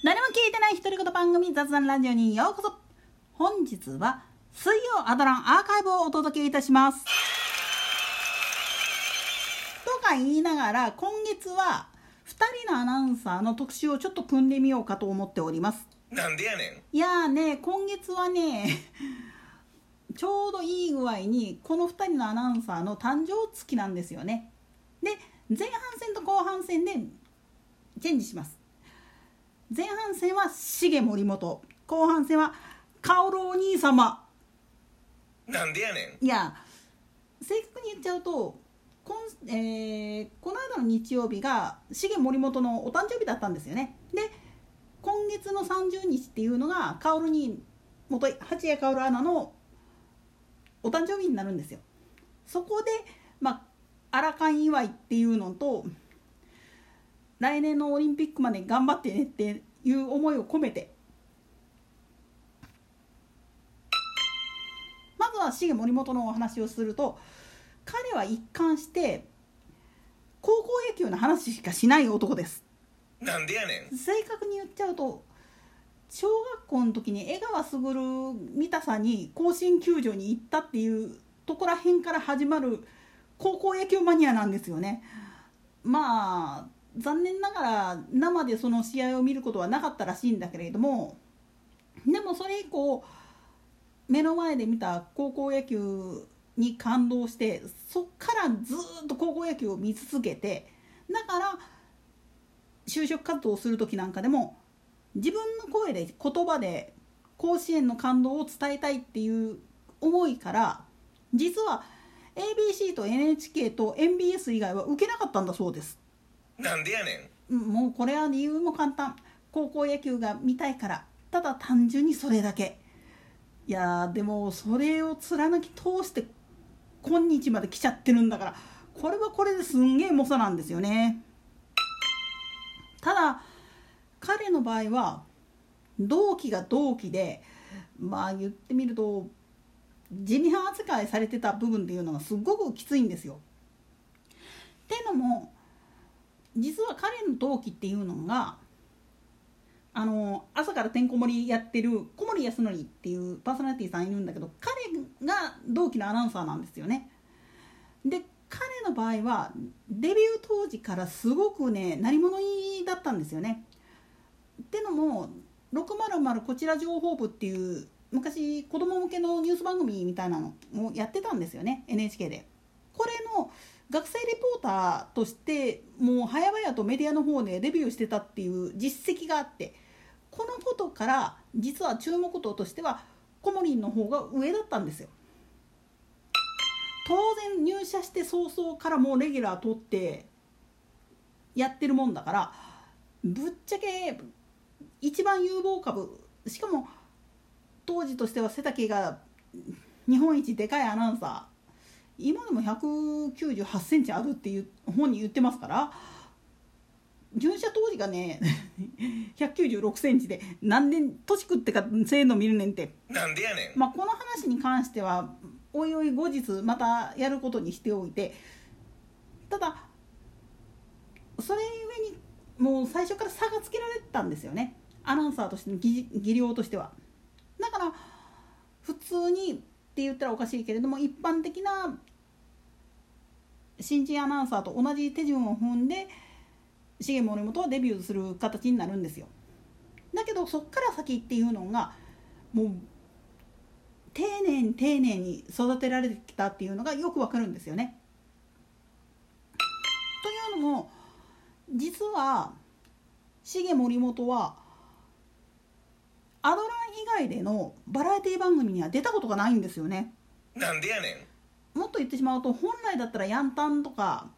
誰も聞いてない独り言番組雑談ラジオにようこそ。本日は水曜アドランアーカイブをお届けいたしますとか言いながら、今月は2人のアナウンサーの特集をちょっと組んでみようかと思っております。 なんでやねん。いやーね、今月はねちょうどいい具合にこの2人のアナウンサーの誕生月なんですよね。で、前半戦と後半戦でチェンジします。前半戦は重森本、後半戦は薫お兄様。 なんでやねん。 いや、正確に言っちゃうとこの間の日曜日が重森本のお誕生日だったんですよね。で、今月の30日っていうのが薫に元八谷薫アナのお誕生日になるんですよ。そこでアラカン祝いっていうのと、来年のオリンピックまで頑張ってねっていう思いを込めて、まずは重森本のお話をすると、彼は一貫して高校野球の話しかしない男です。 なんでやねん。 正確に言っちゃうと、小学校の時に江川卓見たさに甲子園球場に行ったっていうところらへんから始まる高校野球マニアなんですよね。残念ながら生でその試合を見ることはなかったらしいんだけれども、でもそれ以降目の前で見た高校野球に感動して、そっからずっと高校野球を見続けて、だから就職活動をする時なんかでも自分の声で言葉で甲子園の感動を伝えたいっていう思いから、実は ABC と NHK と MBS 以外は受けなかったんだそうです。 なんでやねん。もうこれは理由も簡単。高校野球が見たいから。ただ単純にそれだけ。いやでもそれを貫き通して今日まで来ちゃってるんだから、これはこれですんげえ猛者なんですよね。ただ彼の場合は同期が同期で、言ってみると地味派扱いされてた部分っていうのがすごくきついんですよ。ってのも、実は彼の同期っていうのが朝からてんこ盛りやってる小森康則っていうパーソナリティさんいるんだけど、彼が同期のアナウンサーなんですよね。で、彼の場合はデビュー当時からすごくね鳴り物入りだったんですよね。ってのも600こちら情報部っていう昔子供向けのニュース番組みたいなのをやってたんですよね、 NHK で。これの学生レポーターとしてもう早々とメディアの方でデビューしてたっていう実績があって、このことから実は注目度としてはコモリンの方が上だったんですよ。当然入社して早々からもうレギュラー取ってやってるもんだから、ぶっちゃけ一番有望株、しかも当時としては背丈が日本一でかいアナウンサー、今でも198センチあるっていう本に言ってますから、入社当時がね196センチで、なんで年食ってかせーの見るねんって。 なんでやねん。 この話に関してはおいおい後日またやることにしておいて、ただそれゆえにもう最初から差がつけられたんですよね、アナウンサーとしての技量としては。だから普通にって言ったらおかしいけれども、一般的な新人アナウンサーと同じ手順を踏んで重森本はデビューする形になるんですよ。だけどそっから先っていうのがもう丁寧に育てられてきたっていうのがよくわかるんですよね。というのも、実は重森本はアドラン以外でのバラエティ番組には出たことがないんですよね。 なんでやねん。もっと言ってしまうと、本来だったらヤンタンとか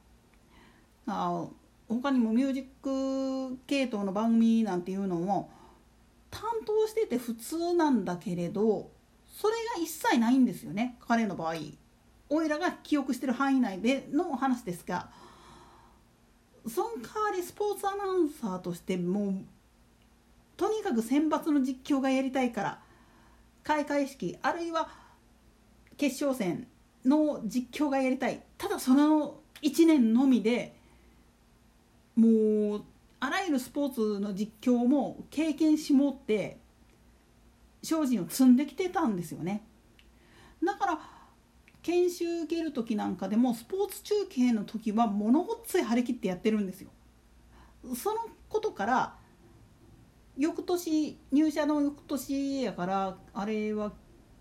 他にもミュージック系統の番組なんていうのも担当してて普通なんだけれど、それが一切ないんですよね、彼の場合。おいらが記憶してる範囲内での話ですが、その代わりスポーツアナウンサーとしてもうとにかく選抜の実況がやりたいから、開会式あるいは決勝戦の実況がやりたい、ただその1年のみでもうあらゆるスポーツの実況も経験しもって精進を積んできてたんですよね。だから研修受ける時なんかでもスポーツ中継の時は物ごっつい張り切ってやってるんですよ。そのことから翌年入社の翌年やから、あれは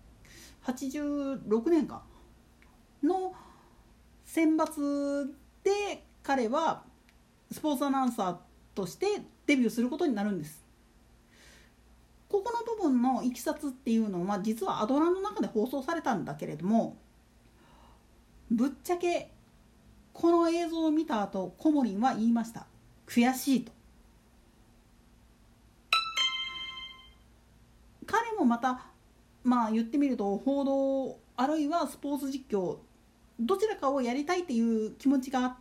86年かの選抜で彼はスポーツアナウンサーとしてデビューすることになるんです。ここの部分のいきさつっていうのは実はアドラーの中で放送されたんだけれども、ぶっちゃけこの映像を見た後コモリンは言いました。悔しいと。彼もまた言ってみると報道あるいはスポーツ実況どちらかをやりたいっていう気持ちがあって、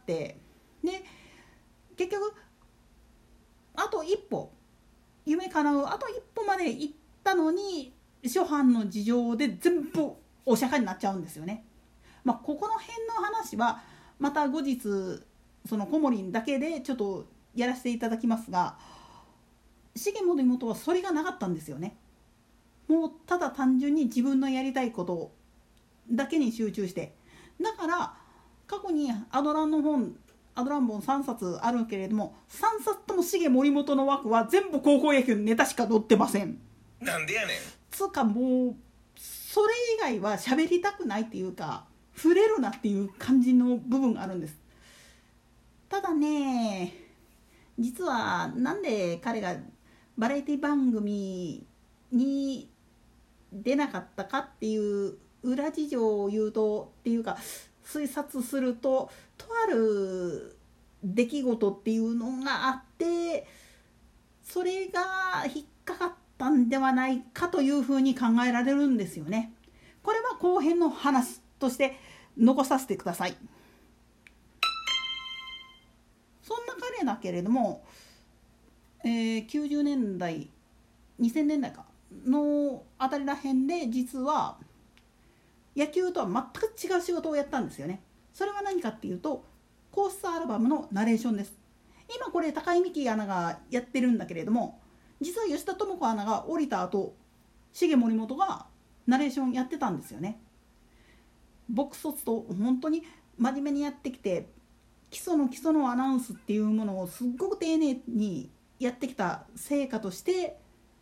で結局あと一歩夢叶うあと一歩まで行ったのに諸般の事情で全部お釈迦になっちゃうんですよね。ここの辺の話はまた後日そのコモリンだけでちょっとやらせていただきますが、重森元はそれがなかったんですよね。もうただ単純に自分のやりたいことだけに集中して、だから過去にアドラン本3冊あるけれども、3冊とも重森元の枠は全部高校野球のネタしか載ってません。 なんでやねん。 つうかもうそれ以外は喋りたくないっていうか触れるなっていう感じの部分があるんです。ただね、実はなんで彼がバラエティ番組に出なかったかっていう裏事情を言うとっていうか推察すると、とある出来事っていうのがあってそれが引っかかったんではないかというふうに考えられるんですよね。これは後編の話として残させてください。そんな彼だけれども、90年代2000年代かのあたりらへんで実は野球とは全く違う仕事をやったんですよね。それは何かっていうとコースアルバムのナレーションです。今これ高井美希アナがやってるんだけれども、実は吉田智子アナが降りた後重森元がナレーションやってたんですよね。僕卒と本当に真面目にやってきて基礎のアナウンスっていうものをすっごく丁寧にやってきた成果として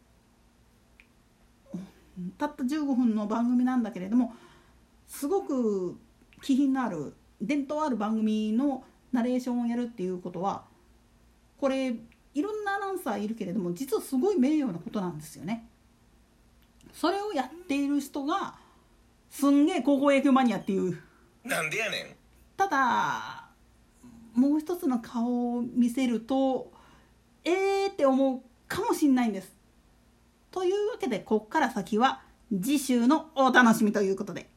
たった15分の番組なんだけれども、すごく気品のある伝統ある番組のナレーションをやるっていうことは、これいろんなアナウンサーいるけれども実はすごい名誉なことなんですよね。それをやっている人がすんげえ高校野球マニアっていう。 なんでやねん。 ただもう一つの顔を見せるとって思うかもしれないんです。というわけでこっから先は次週のお楽しみということで、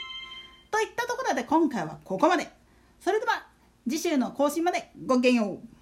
といったところで今回はここまで。それでは次週の更新までごきげんよう。